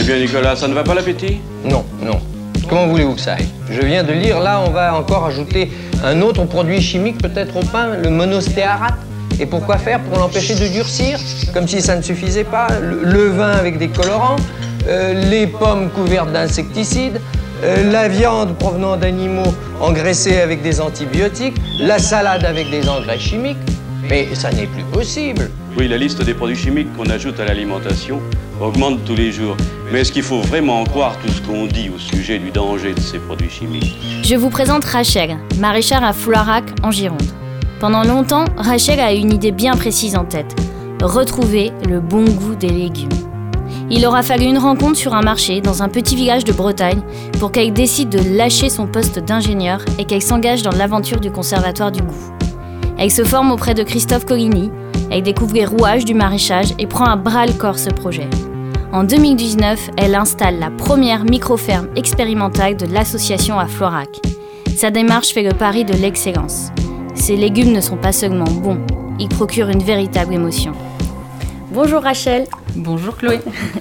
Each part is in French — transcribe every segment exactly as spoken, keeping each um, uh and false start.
Eh bien, Nicolas, ça ne va pas l'appétit? Non, non. Comment voulez-vous que ça aille? Je viens de lire, là, on va encore ajouter un autre produit chimique, peut-être au pain, le monostéarate. Et pourquoi faire? Pour l'empêcher de durcir, comme si ça ne suffisait pas. Le, le vin avec des colorants, euh, les pommes couvertes d'insecticides, euh, la viande provenant d'animaux engraissés avec des antibiotiques, la salade avec des engrais chimiques. Mais ça n'est plus possible. Oui, la liste des produits chimiques qu'on ajoute à l'alimentation augmente tous les jours. Mais est-ce qu'il faut vraiment croire tout ce qu'on dit au sujet du danger de ces produits chimiques? Je vous présente Rachel, maraîchère à Floirac, en Gironde. Pendant longtemps, Rachel a une idée bien précise en tête. Retrouver le bon goût des légumes. Il aura fallu une rencontre sur un marché dans un petit village de Bretagne pour qu'elle décide de lâcher son poste d'ingénieur et qu'elle s'engage dans l'aventure du conservatoire du goût. Elle se forme auprès de Christophe Coligny, elle découvre les rouages du maraîchage et prend à bras-le-corps ce projet. En deux mille dix-neuf, elle installe la première micro-ferme expérimentale de l'association à Floirac. Sa démarche fait le pari de l'excellence. Ces légumes ne sont pas seulement bons, ils procurent une véritable émotion. Bonjour Rachel. Bonjour Chloé.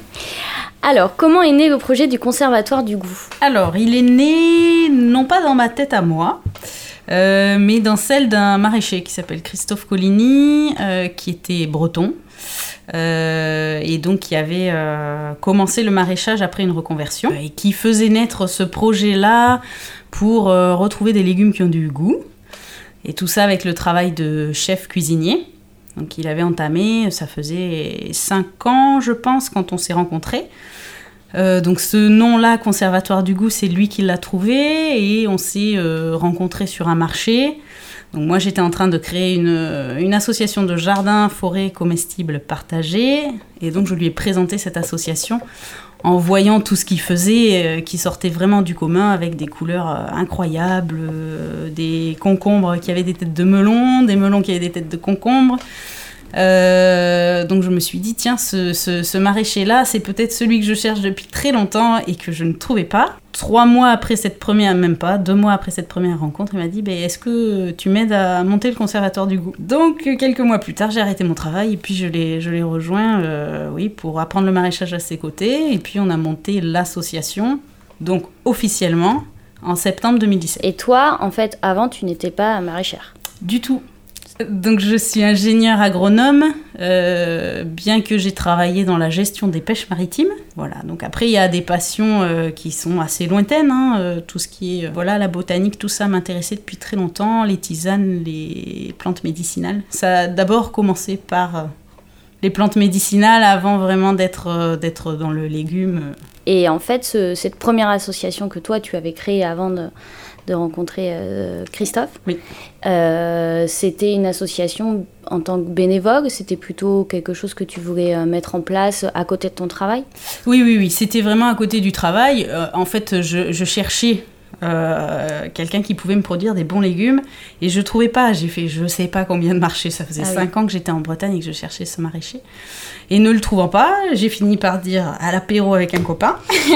Alors, comment est né le projet du conservatoire du goût? Alors, il est né non pas dans ma tête à moi, euh, mais dans celle d'un maraîcher qui s'appelle Christophe Coligny, euh, qui était breton, euh, et donc qui avait euh, commencé le maraîchage après une reconversion, et qui faisait naître ce projet-là pour euh, retrouver des légumes qui ont du goût. Et tout ça avec le travail de chef cuisinier. Donc il avait entamé, ça faisait cinq ans, je pense, quand on s'est rencontrés. Euh, donc ce nom-là, Conservatoire du goût, c'est lui qui l'a trouvé. Et on s'est euh, rencontrés sur un marché. Donc moi, j'étais en train de créer une, une association de jardins, forêts comestibles partagés. Et donc je lui ai présenté cette association en voyant tout ce qu'il faisait, euh, qui sortait vraiment du commun, avec des couleurs euh, incroyables, euh, des concombres qui avaient des têtes de melon, des melons qui avaient des têtes de concombres. Euh, donc je me suis dit, tiens, ce, ce, ce maraîcher-là, c'est peut-être celui que je cherche depuis très longtemps et que je ne trouvais pas. Trois mois après cette première, même pas, deux mois après cette première rencontre, il m'a dit, bah, est-ce que tu m'aides à monter le conservatoire du goût? Donc quelques mois plus tard, j'ai arrêté mon travail et puis je l'ai, je l'ai rejoint euh, oui, pour apprendre le maraîchage à ses côtés. Et puis on a monté l'association, donc officiellement, en septembre deux mille dix-sept. Et toi, en fait, avant, tu n'étais pas maraîchère? Du tout. Donc je suis ingénieure agronome, euh, bien que j'ai travaillé dans la gestion des pêches maritimes. Voilà. Donc après il y a des passions euh, qui sont assez lointaines, hein, euh, tout ce qui est euh, voilà, la botanique, tout ça m'intéressait depuis très longtemps, les tisanes, les plantes médicinales. Ça a d'abord commencé par euh, les plantes médicinales avant vraiment d'être, euh, d'être dans le légume. Et en fait, ce, cette première association que toi tu avais créée avant de... de rencontrer euh, Christophe. Oui. Euh, c'était une association en tant que bénévole, c'était plutôt quelque chose que tu voulais euh, mettre en place à côté de ton travail? Oui, oui, oui, c'était vraiment à côté du travail. Euh, en fait, je, je cherchais euh, quelqu'un qui pouvait me produire des bons légumes et je ne trouvais pas. J'ai fait je ne sais pas combien de marchés, ça faisait ah, cinq oui. ans que j'étais en Bretagne et que je cherchais ce maraîcher. Et ne le trouvant pas, j'ai fini par dire à l'apéro avec un copain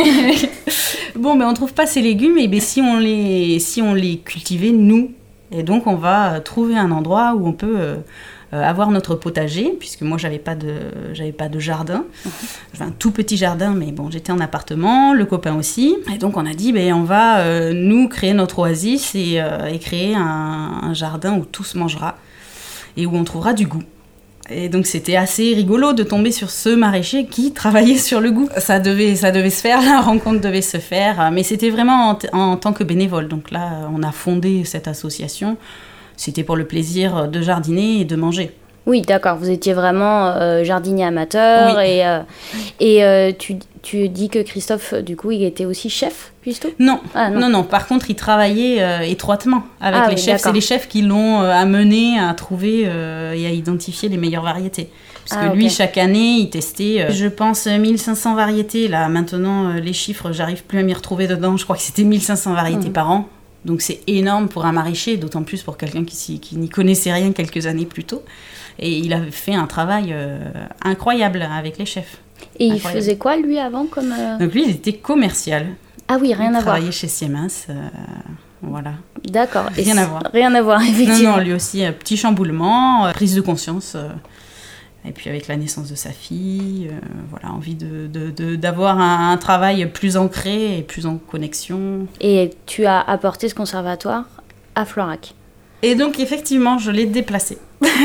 bon, mais on ne trouve pas ces légumes, et bien si on les, si on les cultivait, nous, et donc on va trouver un endroit où on peut euh, avoir notre potager, puisque moi, je n'avais pas de, j'avais pas de jardin. Mm-hmm. J'avais un tout petit jardin, mais bon, j'étais en appartement, le copain aussi. Et donc on a dit, ben, on va, euh, nous, créer notre oasis et, euh, et créer un, un jardin où tout se mangera et où on trouvera du goût. Et donc c'était assez rigolo de tomber sur ce maraîcher qui travaillait sur le goût. Ça devait, ça devait se faire, la rencontre devait se faire, mais c'était vraiment en, t- en tant que bénévole. Donc là, on a fondé cette association. C'était pour le plaisir de jardiner et de manger. Oui, d'accord. Vous étiez vraiment euh, jardinier amateur. Oui. Et, euh, et euh, tu, tu dis que Christophe, du coup, il était aussi chef, plutôt ? Non. Ah, non, non, non. Par contre, il travaillait euh, étroitement avec ah, les oui, chefs. D'accord. C'est les chefs qui l'ont euh, amené à trouver euh, et à identifier les meilleures variétés. Parce ah, que lui, okay. chaque année, il testait, euh, je pense, mille cinq cents variétés. Là, maintenant, euh, les chiffres, j'arrive plus à m'y retrouver dedans. Je crois que c'était mille cinq cents variétés mmh. par an. Donc, c'est énorme pour un maraîcher, d'autant plus pour quelqu'un qui, qui n'y connaissait rien quelques années plus tôt. Et il avait fait un travail euh, incroyable avec les chefs. Et incroyable. Il faisait quoi, lui, avant comme euh... Donc lui, il était commercial. Ah oui, rien il à voir. Il travaillait chez Siemens, euh, voilà. D'accord. Rien à voir. Rien à voir, effectivement. Non, non, lui aussi, euh, petit chamboulement, euh, prise de conscience. Euh, Et puis avec la naissance de sa fille, euh, voilà, envie de, de, de, d'avoir un, un travail plus ancré et plus en connexion. Et tu as apporté ce conservatoire à Floirac. Et donc effectivement, je l'ai déplacé.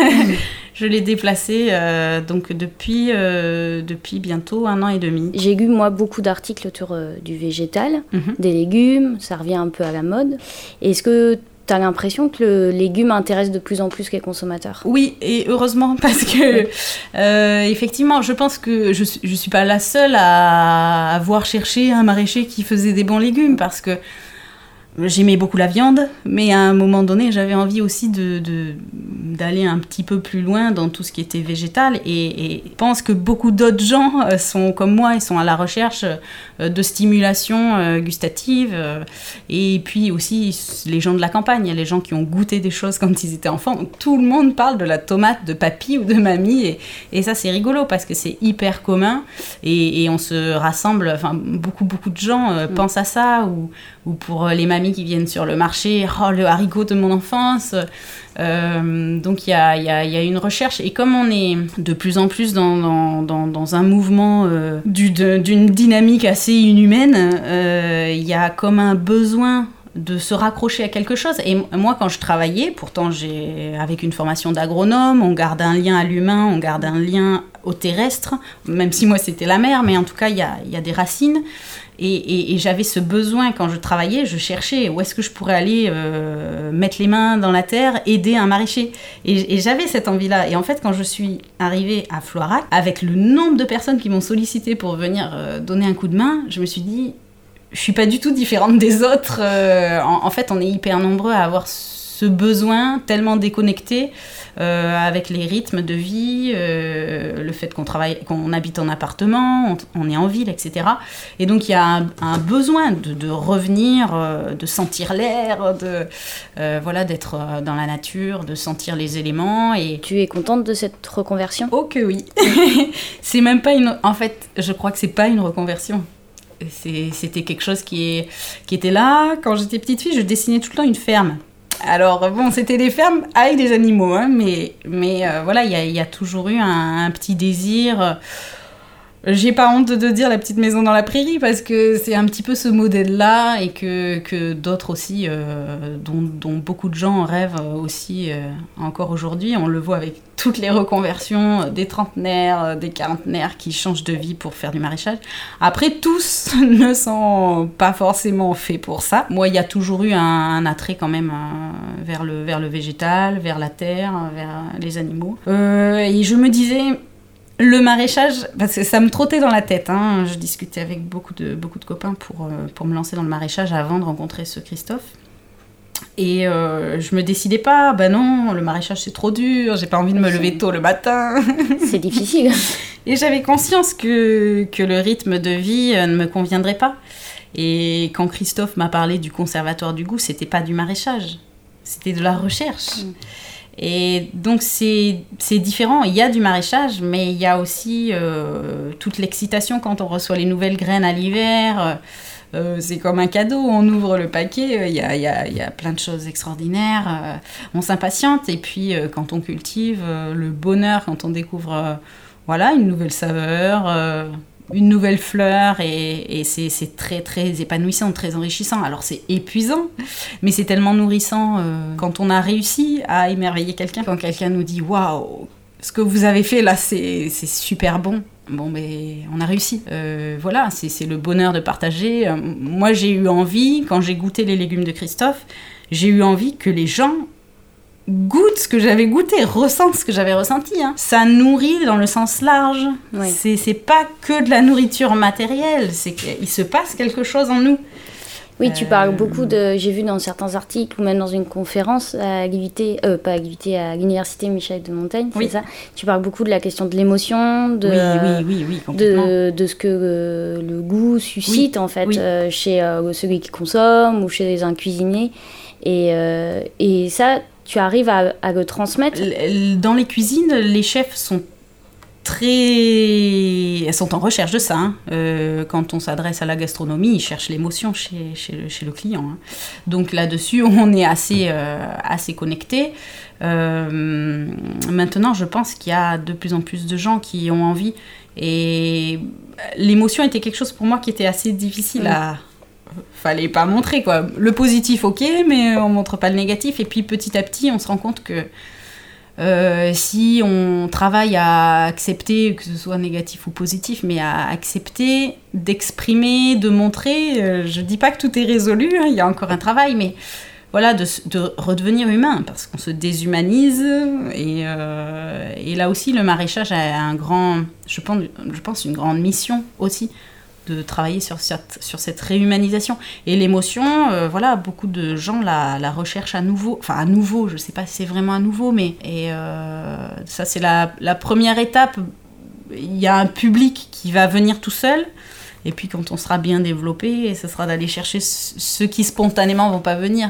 Je l'ai déplacé euh, donc depuis, euh, depuis bientôt un an et demi. J'ai lu moi beaucoup d'articles autour euh, du végétal, mm-hmm. des légumes, ça revient un peu à la mode. Est-ce que tu as l'impression que le légume intéresse de plus en plus les consommateurs ? Oui, et heureusement, parce que euh, effectivement, je pense que je ne suis pas la seule à avoir cherché un maraîcher qui faisait des bons légumes, parce que j'aimais beaucoup la viande, mais à un moment donné, j'avais envie aussi de, de, d'aller un petit peu plus loin dans tout ce qui était végétal. Et, et je pense que beaucoup d'autres gens sont comme moi, ils sont à la recherche de stimulation gustative. Et puis aussi, les gens de la campagne, les gens qui ont goûté des choses quand ils étaient enfants. Donc, tout le monde parle de la tomate de papy ou de mamie. Et, et ça, c'est rigolo parce que c'est hyper commun. Et, et on se rassemble, enfin, beaucoup, beaucoup de gens euh, mmh. pensent à ça. Ou, ou pour les mamies qui viennent sur le marché, oh, le haricot de mon enfance. Euh, donc il y a, y, a, y a une recherche. Et comme on est de plus en plus dans, dans, dans, dans un mouvement euh, du, de, d'une dynamique assez inhumaine, il euh, y a comme un besoin de se raccrocher à quelque chose. Et moi, quand je travaillais, pourtant j'ai, avec une formation d'agronome, on garde un lien à l'humain, on garde un lien au terrestre, même si moi c'était la mer, mais en tout cas il y a, y a des racines. Et, et, et j'avais ce besoin, quand je travaillais, je cherchais où est-ce que je pourrais aller euh, mettre les mains dans la terre, aider un maraîcher. Et, et j'avais cette envie-là. Et en fait, quand je suis arrivée à Floirac, avec le nombre de personnes qui m'ont sollicité pour venir euh, donner un coup de main, je me suis dit, je suis pas du tout différente des autres. Euh, en, en fait, on est hyper nombreux à avoir ce besoin tellement déconnecté euh, avec les rythmes de vie, euh, le fait qu'on travaille, qu'on habite en appartement, on, on est en ville, et cetera. Et donc il y a un, un besoin de, de revenir, euh, de sentir l'air, de euh, voilà, d'être dans la nature, de sentir les éléments. Et tu es contente de cette reconversion ? Oh que oui. C'est même pas une. En fait, je crois que c'est pas une reconversion. C'est, c'était quelque chose qui, est, qui était là. Quand j'étais petite fille, je dessinais tout le temps une ferme. Alors, bon, c'était des fermes avec des animaux, hein, mais, mais euh, voilà, il y a, y a toujours eu un, un petit désir. J'ai pas honte de dire la petite maison dans la prairie, parce que c'est un petit peu ce modèle-là, et que, que d'autres aussi, euh, dont, dont beaucoup de gens rêvent aussi euh, encore aujourd'hui. On le voit avec toutes les reconversions des trentenaires, des quarantenaires qui changent de vie pour faire du maraîchage. Après, tous ne sont pas forcément faits pour ça. Moi, il y a toujours eu un, un attrait quand même euh, vers, le, vers le végétal, vers la terre, vers les animaux. Euh, et je me disais... Le maraîchage, parce que ça me trottait dans la tête, hein. Je discutais avec beaucoup de, beaucoup de copains pour, euh, pour me lancer dans le maraîchage avant de rencontrer ce Christophe. Et euh, je me décidais pas, bah non, le maraîchage c'est trop dur, j'ai pas envie de me lever tôt le matin. C'est difficile. Et j'avais conscience que, que le rythme de vie ne me conviendrait pas. Et quand Christophe m'a parlé du conservatoire du goût, c'était pas du maraîchage, c'était de la recherche. Mm. Et donc c'est, c'est différent, il y a du maraîchage, mais il y a aussi euh, toute l'excitation quand on reçoit les nouvelles graines à l'hiver. Euh, c'est comme un cadeau, on ouvre le paquet, il y a, y a, y a plein de choses extraordinaires, euh, on s'impatiente. Et puis euh, quand on cultive, euh, le bonheur quand on découvre euh, voilà, une nouvelle saveur, euh, une nouvelle fleur, et, et c'est, c'est très très épanouissant, très enrichissant. Alors c'est épuisant, mais c'est tellement nourrissant euh, quand on a réussi à émerveiller quelqu'un, quand quelqu'un nous dit « Waouh, ce que vous avez fait là, c'est, c'est super bon ». Bon, ben, on a réussi. Euh, voilà, c'est, c'est le bonheur de partager. Euh, moi, j'ai eu envie, quand j'ai goûté les légumes de Christophe, j'ai eu envie que les gens goûtent ce que j'avais goûté, ressentent ce que j'avais ressenti. Hein. Ça nourrit dans le sens large. Oui. C'est, c'est pas que de la nourriture matérielle, c'est qu'il se passe quelque chose en nous. Oui, tu parles beaucoup de... J'ai vu dans certains articles, ou même dans une conférence à l'U I T, euh, pas à l'U I T, à l'Université Michel de Montaigne, oui. c'est ça. Tu parles beaucoup de la question de l'émotion, de, oui, oui, oui, oui, complètement. de, de ce que euh, le goût suscite, oui, en fait, oui. euh, chez euh, celui qui consomme ou chez un cuisinier. Et, euh, et ça, tu arrives à, à le transmettre. Dans les cuisines, les chefs sont très... Elles sont en recherche de ça. Hein. Euh, quand on s'adresse à la gastronomie, ils cherchent l'émotion chez, chez, le, chez le client. Hein. Donc là-dessus, on est assez, euh, assez connectés. Euh, maintenant, je pense qu'il y a de plus en plus de gens qui ont envie. Et l'émotion était quelque chose pour moi qui était assez difficile mmh. à... Fallait pas montrer, quoi. Le positif, ok, mais on montre pas le négatif. Et puis petit à petit, on se rend compte que Euh, si on travaille à accepter, que ce soit négatif ou positif, mais à accepter, d'exprimer, de montrer, euh, je dis pas que tout est résolu, hein, il y a encore un travail, mais voilà, de, de redevenir humain, parce qu'on se déshumanise, et, euh, et là aussi, le maraîchage a un grand, je pense, je pense une grande mission aussi, de travailler sur cette, sur cette réhumanisation. Et l'émotion, euh, voilà, beaucoup de gens la, la recherchent à nouveau. Enfin, à nouveau, je ne sais pas si c'est vraiment à nouveau, mais et, euh, ça, c'est la, la première étape. Il y a un public qui va venir tout seul. Et puis, quand on sera bien développé, ce sera d'aller chercher ceux qui spontanément ne vont pas venir.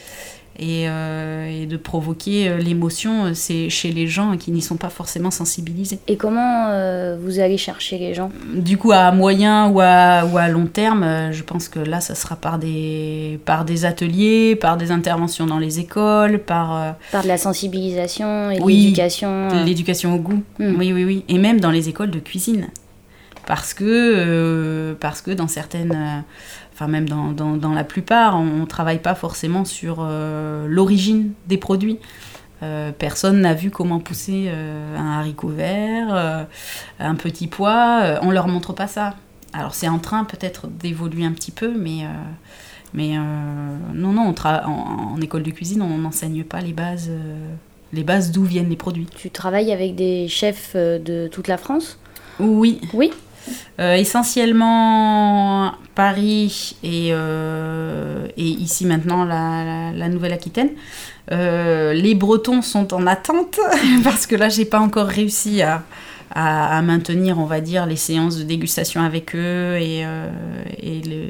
Et, euh, et de provoquer euh, l'émotion c'est chez les gens qui n'y sont pas forcément sensibilisés. Et comment euh, vous allez chercher les gens ? Du coup, à moyen ou à, ou à long terme, euh, je pense que là, ça sera par des, par des ateliers, par des interventions dans les écoles, par... Euh... Par de la sensibilisation et oui, l'éducation. Euh... l'éducation au goût, mmh. oui, oui, oui. Et même dans les écoles de cuisine. Parce que, euh, parce que dans certaines... Euh, enfin même dans, dans, dans la plupart, on ne travaille pas forcément sur euh, l'origine des produits. Euh, personne n'a vu comment pousser euh, un haricot vert, euh, un petit pois, euh, on ne leur montre pas ça. Alors c'est en train peut-être d'évoluer un petit peu, mais, euh, mais euh, non, non, on tra- en, en école de cuisine, on n'enseigne pas les bases, euh, les bases d'où viennent les produits. Tu travailles avec des chefs de toute la France ? Oui. Oui. Euh, essentiellement Paris et, euh, et ici maintenant la, la, la Nouvelle-Aquitaine. Euh, les Bretons sont en attente parce que là j'ai pas encore réussi à, à, à maintenir, on va dire, les séances de dégustation avec eux et, euh, et, le,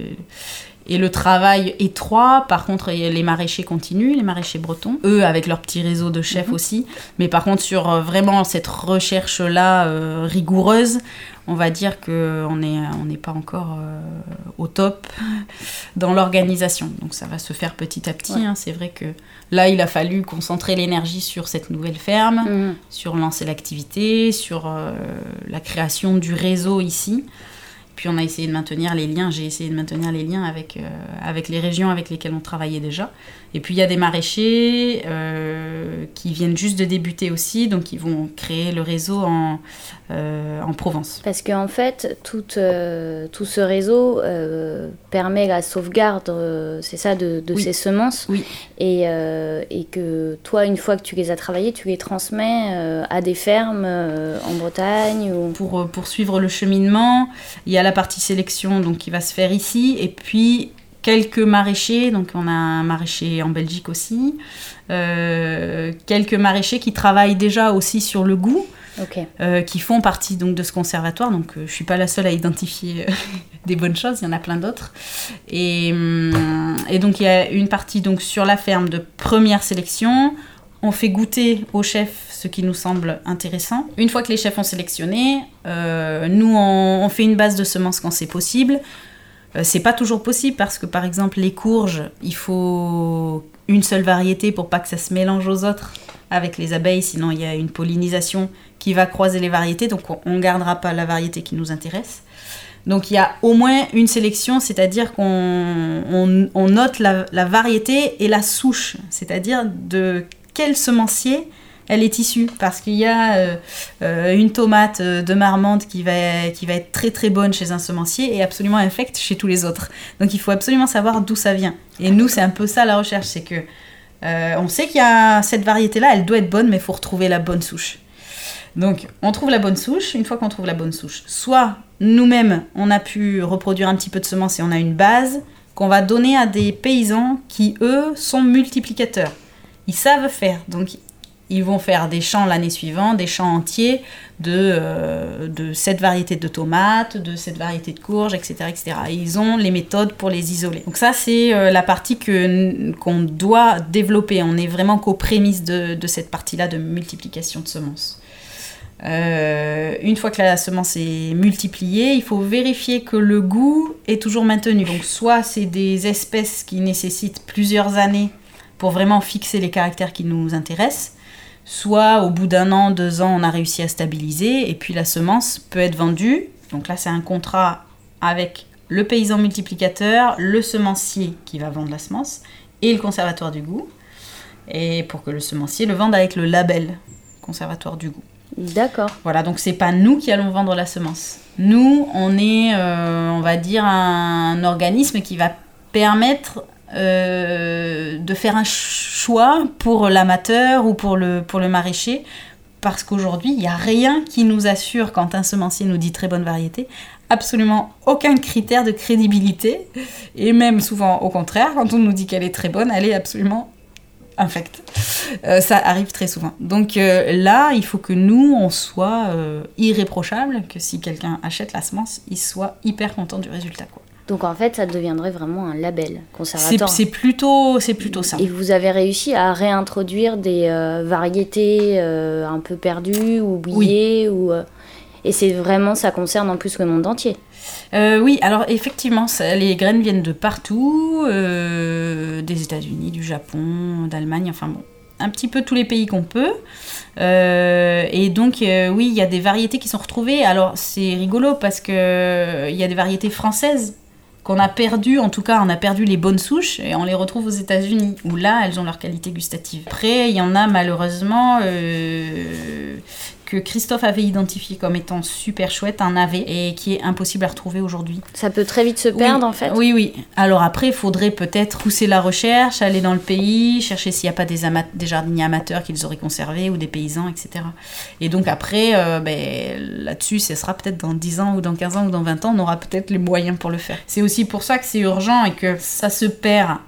et le travail étroit. Par contre, les maraîchers continuent, les maraîchers bretons, eux avec leur petit réseau de chefs mmh. aussi. Mais par contre, sur euh, vraiment cette recherche-là euh, rigoureuse, on va dire qu'on n'est on n'est pas encore euh, au top dans l'organisation. Donc ça va se faire petit à petit. Ouais. Hein. C'est vrai que là, il a fallu concentrer l'énergie sur cette nouvelle ferme, mmh. sur lancer l'activité, sur euh, la création du réseau ici. Puis on a essayé de maintenir les liens, j'ai essayé de maintenir les liens avec, euh, avec les régions avec lesquelles on travaillait déjà. Et puis il y a des maraîchers euh, qui viennent juste de débuter aussi, donc ils vont créer le réseau en, euh, en Provence. Parce qu'en fait, tout, euh, tout ce réseau euh, permet la sauvegarde, euh, c'est ça, de, de oui. ces semences. Oui. Et, euh, et que toi, une fois que tu les as travaillées, tu les transmets euh, à des fermes euh, en Bretagne ou... Pour euh, poursuivre le cheminement, il y a la partie sélection donc, qui va se faire ici, et puis quelques maraîchers, donc on a un maraîcher en Belgique aussi, euh, quelques maraîchers qui travaillent déjà aussi sur le goût, okay. euh, qui font partie donc, de ce conservatoire, donc euh, je ne suis pas la seule à identifier euh, des bonnes choses, il y en a plein d'autres. Et, hum, et donc il y a une partie donc, sur la ferme de première sélection. On fait goûter aux chefs ce qui nous semble intéressant. Une fois que les chefs ont sélectionné, euh, nous, on, on fait une base de semences quand c'est possible. Euh, c'est pas toujours possible parce que, par exemple, les courges, il faut une seule variété pour pas que ça se mélange aux autres avec les abeilles. Sinon, il y a une pollinisation qui va croiser les variétés. Donc, on ne gardera pas la variété qui nous intéresse. Donc, il y a au moins une sélection, c'est-à-dire qu'on on, on note la, la variété et la souche, c'est-à-dire de quel semencier elle est issue, parce qu'il y a euh, euh, une tomate de Marmande qui va, qui va être très très bonne chez un semencier et absolument infecte chez tous les autres. Donc il faut absolument savoir d'où ça vient. Et nous, c'est un peu ça la recherche, c'est que euh, on sait qu'il y a cette variété-là, elle doit être bonne, mais il faut retrouver la bonne souche. Donc on trouve la bonne souche, une fois qu'on trouve la bonne souche, soit nous-mêmes, on a pu reproduire un petit peu de semences et on a une base qu'on va donner à des paysans qui, eux, sont multiplicateurs. Ils savent faire, donc ils vont faire des champs l'année suivante, des champs entiers de, euh, de cette variété de tomates, de cette variété de courges, et cetera, et cetera. Et ils ont les méthodes pour les isoler. Donc ça, c'est euh, la partie que, qu'on doit développer. On est vraiment qu'aux prémices de, de cette partie-là de multiplication de semences. Euh, une fois que la semence est multipliée, il faut vérifier que le goût est toujours maintenu. Donc soit c'est des espèces qui nécessitent plusieurs années pour vraiment fixer les caractères qui nous intéressent, soit au bout d'un an, deux ans, on a réussi à stabiliser, et puis la semence peut être vendue. Donc là, c'est un contrat avec le paysan multiplicateur, le semencier qui va vendre la semence, et le conservatoire du goût, et pour que le semencier le vende avec le label conservatoire du goût. D'accord. Voilà, donc c'est pas nous qui allons vendre la semence. Nous, on est, euh, on va dire, un organisme qui va permettre euh, de faire un choix pour l'amateur ou pour le, pour le maraîcher, parce qu'aujourd'hui, il n'y a rien qui nous assure, quand un semencier nous dit très bonne variété, absolument aucun critère de crédibilité, et même souvent au contraire, quand on nous dit qu'elle est très bonne, elle est absolument infecte. Euh, ça arrive très souvent. Donc euh, là, il faut que nous, on soit euh, irréprochable, que si quelqu'un achète la semence, il soit hyper content du résultat, quoi. Donc en fait, ça deviendrait vraiment un label conservateur. C'est, c'est, plutôt, c'est plutôt ça. Et vous avez réussi à réintroduire des euh, variétés euh, un peu perdues, oubliées, oui. ou, euh, et c'est vraiment, ça concerne en plus le monde entier. Euh, oui, alors effectivement, ça, les graines viennent de partout, euh, des États-Unis, du Japon, d'Allemagne, enfin bon, un petit peu tous les pays qu'on peut. Euh, et donc, euh, oui, il y a des variétés qui sont retrouvées. Alors, c'est rigolo parce qu'il euh, y a des variétés françaises qu'on a perdues, en tout cas, on a perdu les bonnes souches et on les retrouve aux États-Unis, où là, elles ont leur qualité gustative. Après, il y en a malheureusement euh, que Christophe avait identifié comme étant super chouette, un navet, et qui est impossible à retrouver aujourd'hui. Ça peut très vite se perdre, oui, en fait. Oui, oui. Alors après, il faudrait peut-être pousser la recherche, aller dans le pays, chercher s'il n'y a pas des, ama- des jardiniers amateurs qui les auraient conservés, ou des paysans, et cetera. Et donc après, euh, ben, là-dessus, ce sera peut-être dans dix ans, ou dans quinze ans, ou dans vingt ans, on aura peut-être les moyens pour le faire. C'est aussi pour ça que c'est urgent et que ça se perd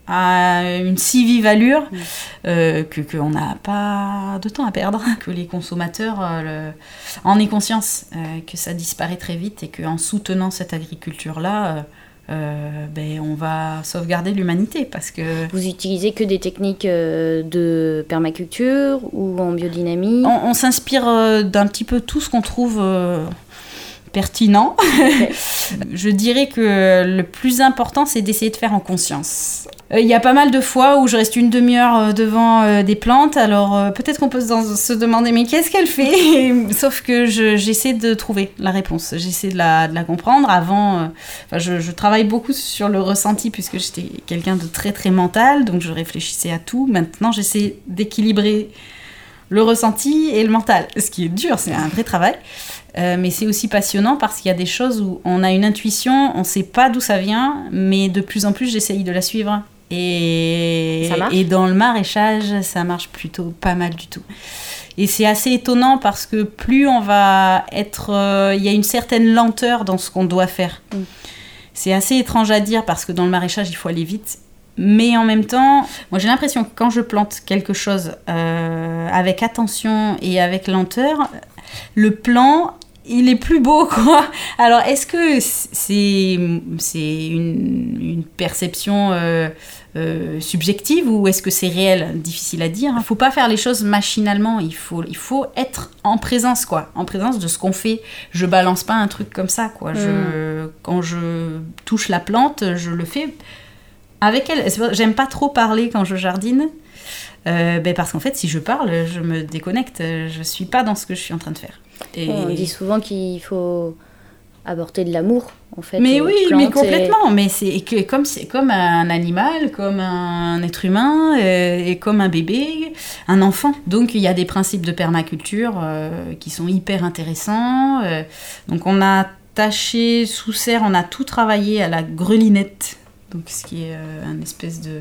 à une si vive allure mmh. euh, que qu'on n'a pas de temps à perdre, que les consommateurs euh, le, en aient conscience, euh, que ça disparaît très vite et qu'en soutenant cette agriculture-là, euh, euh, ben, on va sauvegarder l'humanité. Parce que vous utilisez que des techniques euh, de permaculture ou en biodynamie? On, on s'inspire euh, d'un petit peu tout ce qu'on trouve euh, pertinent. Okay. Je dirais que le plus important, c'est d'essayer de faire en conscience. Il y a pas mal de fois où je reste une demi-heure devant euh, des plantes, alors euh, peut-être qu'on peut se, dans, se demander mais qu'est-ce qu'elle fait? Sauf que je, j'essaie de trouver la réponse, j'essaie de la, de la comprendre. Avant, euh, je, je travaille beaucoup sur le ressenti puisque j'étais quelqu'un de très très mental, donc je réfléchissais à tout. Maintenant, j'essaie d'équilibrer le ressenti et le mental, ce qui est dur, c'est un vrai travail. Euh, mais c'est aussi passionnant parce qu'il y a des choses où on a une intuition, on ne sait pas d'où ça vient, mais de plus en plus, j'essaye de la suivre. Et, et dans le maraîchage, ça marche plutôt pas mal du tout. Et c'est assez étonnant parce que plus on va être... Euh, il y a une certaine lenteur dans ce qu'on doit faire. Mm. C'est assez étrange à dire parce que dans le maraîchage, il faut aller vite. Mais en même temps, moi j'ai l'impression que quand je plante quelque chose euh, avec attention et avec lenteur, le plan, il est plus beau, quoi. Alors, est-ce que c'est, c'est une, une perception euh, euh, subjective ou est-ce que c'est réel? Difficile à dire. Il ne faut pas faire les choses machinalement. Il faut, il faut être en présence, quoi. En présence de ce qu'on fait. Je ne balance pas un truc comme ça, quoi. Mmh. Je, quand je touche la plante, je le fais avec elle. J'aime pas trop parler quand je jardine. Euh, ben parce qu'en fait, si je parle, je me déconnecte. Je ne suis pas dans ce que je suis en train de faire. Et... On dit souvent qu'il faut apporter de l'amour, en fait. Mais oui, mais complètement. Et... Mais c'est que, comme, c'est comme un animal, comme un être humain, euh, et comme un bébé, un enfant. Donc, il y a des principes de permaculture euh, qui sont hyper intéressants. Euh, donc, on a tâché sous serre, on a tout travaillé à la grelinette. Donc, ce qui est euh, une espèce de...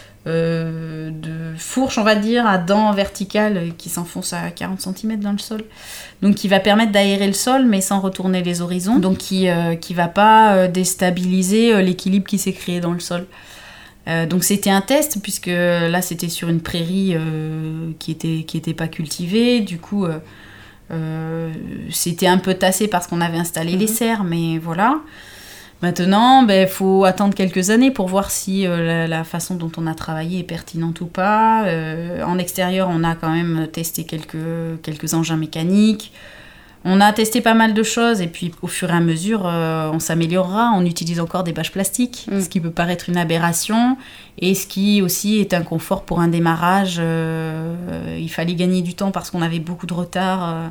Euh, de fourche, on va dire, à dents verticales qui s'enfonce à quarante centimètres dans le sol. Donc, qui va permettre d'aérer le sol, mais sans retourner les horizons. Donc, qui euh, qui va pas euh, déstabiliser euh, l'équilibre qui s'est créé dans le sol. Euh, donc, c'était un test, puisque là, c'était sur une prairie euh, qui était, qui était pas cultivée. Du coup, euh, euh, c'était un peu tassé parce qu'on avait installé mmh. les serres, mais voilà. Maintenant, il ben, faut attendre quelques années pour voir si euh, la, la façon dont on a travaillé est pertinente ou pas. Euh, en extérieur, on a quand même testé quelques, quelques engins mécaniques. On a testé pas mal de choses et puis au fur et à mesure, euh, on s'améliorera. On utilise encore des bâches plastiques, mmh. ce qui peut paraître une aberration et ce qui aussi est un confort pour un démarrage. Euh, il fallait gagner du temps parce qu'on avait beaucoup de retard. Euh,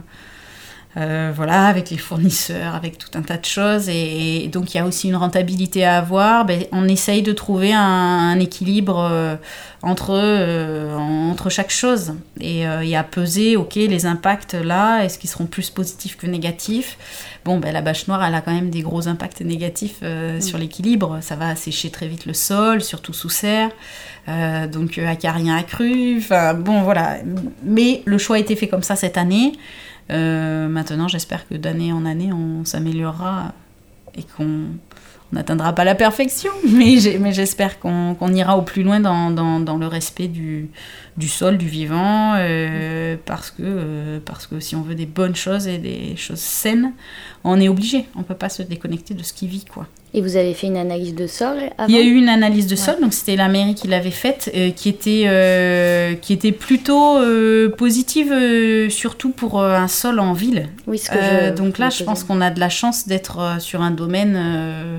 Euh, voilà, avec les fournisseurs, avec tout un tas de choses et, et donc il y a aussi une rentabilité à avoir. Ben, on essaye de trouver un, un équilibre euh, entre, euh, entre chaque chose et, euh, et à peser, ok, les impacts là, est-ce qu'ils seront plus positifs que négatifs? Bon, ben, la bâche noire, elle a quand même des gros impacts négatifs euh, mmh. sur l'équilibre. Ça va assécher très vite le sol, surtout sous serre, euh, donc euh, acarien accru, enfin bon voilà. Mais le choix a été fait comme ça cette année. Euh, maintenant, j'espère que d'année en année, on s'améliorera et qu'on n'atteindra pas la perfection. Mais, j'ai, mais j'espère qu'on, qu'on ira au plus loin dans, dans, dans le respect du, du sol, du vivant, euh, parce que, euh, parce que si on veut des bonnes choses et des choses saines, on est obligé. On ne peut pas se déconnecter de ce qui vit, quoi. Et vous avez fait une analyse de sol avant ? Il y a eu une analyse de sol, ouais. Donc c'était la mairie qui l'avait faite, euh, qui, était, euh, qui était plutôt euh, positive, euh, surtout pour euh, un sol en ville. Oui, ce que euh, je, donc là, je faisais. pense qu'on a de la chance d'être euh, sur un domaine... Euh,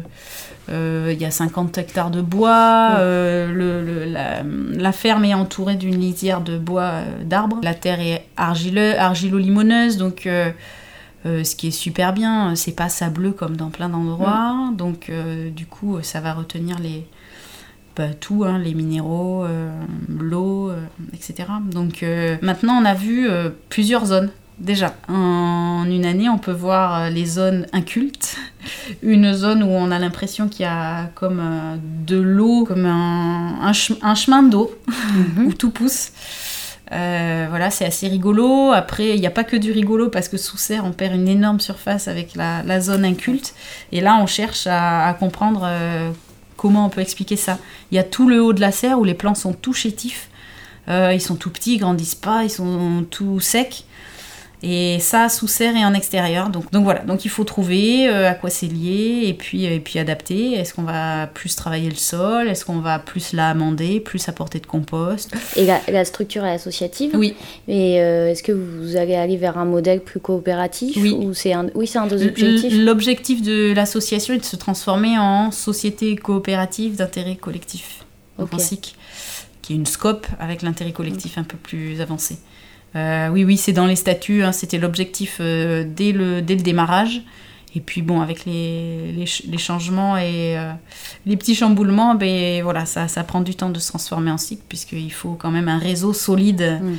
euh, il y a cinquante hectares de bois, ouais. euh, le, le, la, la ferme est entourée d'une lisière de bois euh, d'arbres. La terre est argileux, argilo-limoneuse, donc... Euh, Euh, ce qui est super bien, c'est pas sableux comme dans plein d'endroits, mmh. donc euh, du coup ça va retenir les, bah, tout, hein, les minéraux, euh, l'eau, euh, et cetera. Donc euh, maintenant on a vu euh, plusieurs zones. Déjà, en une année, on peut voir les zones incultes, une zone où on a l'impression qu'il y a comme euh, de l'eau, comme un, un, ch- un chemin d'eau, mmh. où tout pousse. Euh, voilà, c'est assez rigolo. Après, il n'y a pas que du rigolo parce que sous serre, on perd une énorme surface avec la, la zone inculte. Et là, on cherche à, à comprendre euh, comment on peut expliquer ça. Il y a tout le haut de la serre où les plants sont tout chétifs. Euh, ils sont tout petits, ils grandissent pas, ils sont tout secs. Et ça, sous serre et en extérieur. Donc, donc voilà, donc il faut trouver euh, à quoi c'est lié et puis, et puis adapter. Est-ce qu'on va plus travailler le sol ? Est-ce qu'on va plus l'amender, plus apporter de compost ? Et la, la structure est associative ? Oui. Et euh, est-ce que vous allez aller vers un modèle plus coopératif ? Oui. Ou c'est un, oui, c'est un des objectifs. L'objectif de l'association est de se transformer en société coopérative d'intérêt collectif. Donc okay. en S I C, qui est une scope avec l'intérêt collectif un peu plus avancé. Euh, oui, oui, c'est dans les statuts, hein, c'était l'objectif euh, dès, le, dès le démarrage. Et puis bon, avec les, les, les changements et euh, les petits chamboulements, ben, voilà, ça, ça prend du temps de se transformer en S I C, puisqu'il faut quand même un réseau solide mmh.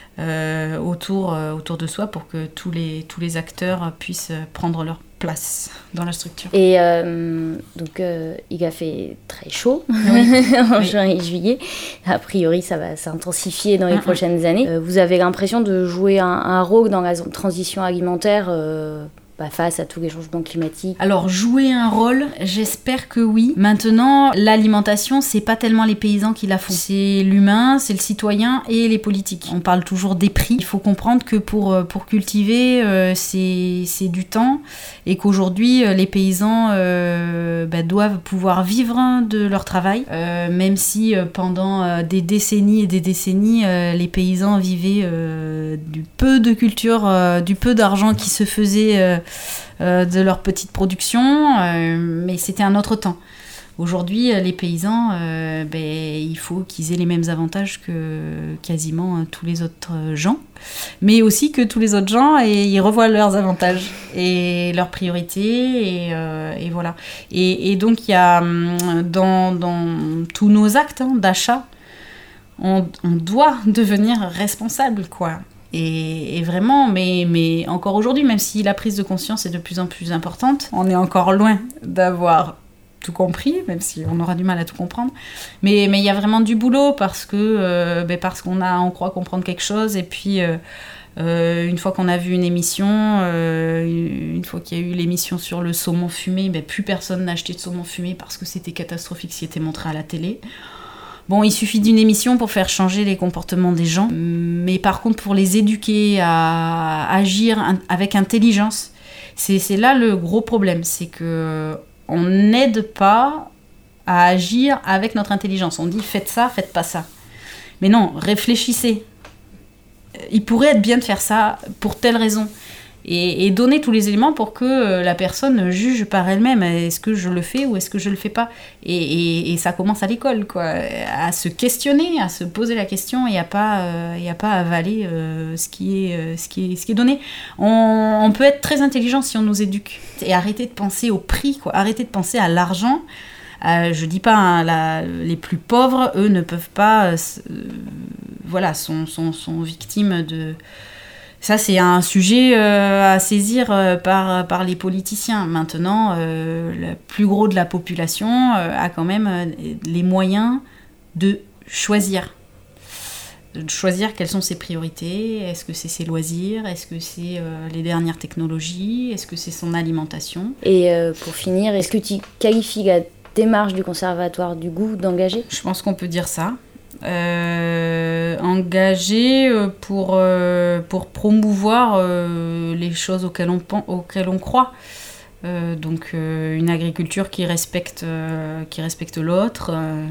euh, autour, euh, autour de soi pour que tous les, tous les acteurs puissent prendre leur place dans la structure. Et euh, donc, euh, il a fait très chaud oui. en oui. juin et juillet. A priori, ça va s'intensifier dans les mm-hmm. prochaines années. Euh, vous avez l'impression de jouer un, un rôle dans la transition alimentaire euh, bah, face à tous les changements climatiques? Alors, jouer un rôle, j'espère que oui. Maintenant, l'alimentation, c'est pas tellement les paysans qui la font. C'est l'humain, c'est le citoyen et les politiques. On parle toujours des prix. Il faut comprendre que pour, pour cultiver, euh, c'est, c'est du temps et qu'aujourd'hui, les paysans euh, bah, doivent pouvoir vivre de leur travail. Euh, même si euh, pendant euh, des décennies et des décennies, euh, les paysans vivaient euh, du peu de culture, euh, du peu d'argent qui se faisait euh, Euh, de leur petite production, euh, mais c'était un autre temps. Aujourd'hui, les paysans, euh, ben, il faut qu'ils aient les mêmes avantages que quasiment euh, tous les autres gens, mais aussi que tous les autres gens, et ils revoient leurs avantages et leurs priorités, et, euh, et voilà. Et, et donc, il y a dans, dans tous nos actes hein, d'achat, on, on doit devenir responsable, quoi. Et, et vraiment, mais, mais encore aujourd'hui, même si la prise de conscience est de plus en plus importante, on est encore loin d'avoir tout compris, même si on aura du mal à tout comprendre. Mais mais il y a vraiment du boulot parce que euh, ben parce qu'on a, on croit comprendre quelque chose et puis euh, euh, une fois qu'on a vu une émission, euh, une fois qu'il y a eu l'émission sur le saumon fumé, ben plus personne n'a acheté de saumon fumé parce que c'était catastrophique ce qui était montré à la télé. Bon, il suffit d'une émission pour faire changer les comportements des gens, mais par contre, pour les éduquer à agir avec intelligence, c'est, c'est là le gros problème, c'est que on n'aide pas à agir avec notre intelligence. On dit faites ça, faites pas ça. Mais non, réfléchissez. Il pourrait être bien de faire ça pour telle raison. Et, et donner tous les éléments pour que la personne juge par elle-même. Est-ce que je le fais ou est-ce que je le fais pas ? et, et, et ça commence à l'école, quoi. À se questionner, à se poser la question et à pas, euh, et à pas avaler euh, ce, qui est, euh, ce, qui est, ce qui est donné. On, on peut être très intelligent si on nous éduque. Et arrêter de penser au prix, quoi. Arrêter de penser à l'argent. Euh, je dis pas, hein, la, les plus pauvres, eux, ne peuvent pas... Euh, voilà, sont, sont, sont victimes de... Ça, c'est un sujet euh, à saisir euh, par, par les politiciens. Maintenant, euh, le plus gros de la population euh, a quand même euh, les moyens de choisir. De choisir quelles sont ses priorités. Est-ce que c'est ses loisirs ? Est-ce que c'est euh, les dernières technologies ? Est-ce que c'est son alimentation ? Et euh, pour finir, est-ce que tu qualifies la démarche du Conservatoire du goût d'engagé ? Je pense qu'on peut dire ça. Euh, engagé pour, euh, pour promouvoir euh, les choses auxquelles on, auxquelles on croit. Euh, donc euh, une agriculture qui respecte, euh, qui respecte l'autre. Euh,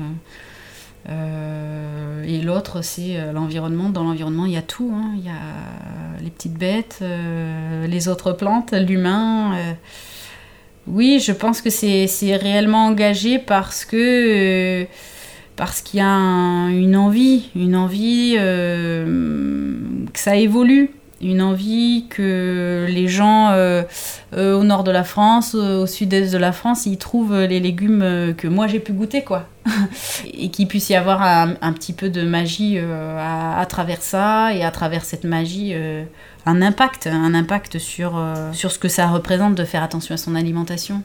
euh, et l'autre, c'est l'environnement. Dans l'environnement, il y a tout. Hein. Il y a les petites bêtes, euh, les autres plantes, l'humain. Euh. Oui, je pense que c'est, c'est réellement engagé parce que... Euh, parce qu'il y a un, une envie, une envie euh, que ça évolue, une envie que les gens euh, euh, au nord de la France, au sud-est de la France, ils trouvent les légumes que moi j'ai pu goûter, quoi. Et qu'il puisse y avoir un, un petit peu de magie euh, à, à travers ça, et à travers cette magie, euh, un impact, un impact sur, euh, sur ce que ça représente de faire attention à son alimentation.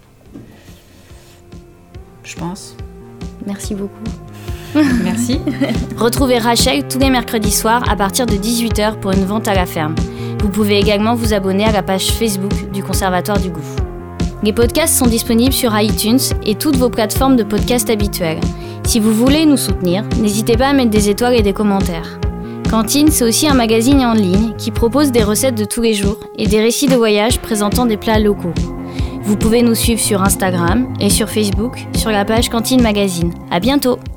Je pense. Merci beaucoup. Merci. Retrouvez Rachel tous les mercredis soirs à partir de dix-huit heures pour une vente à la ferme. Vous pouvez également vous abonner à la page Facebook du Conservatoire du goût. Les podcasts sont disponibles sur iTunes et toutes vos plateformes de podcasts habituelles. Si vous voulez nous soutenir, n'hésitez pas à mettre des étoiles et des commentaires. Cantine, c'est aussi un magazine en ligne qui propose des recettes de tous les jours et des récits de voyage présentant des plats locaux. Vous pouvez nous suivre sur Instagram et sur Facebook sur la page Cantine Magazine. À bientôt!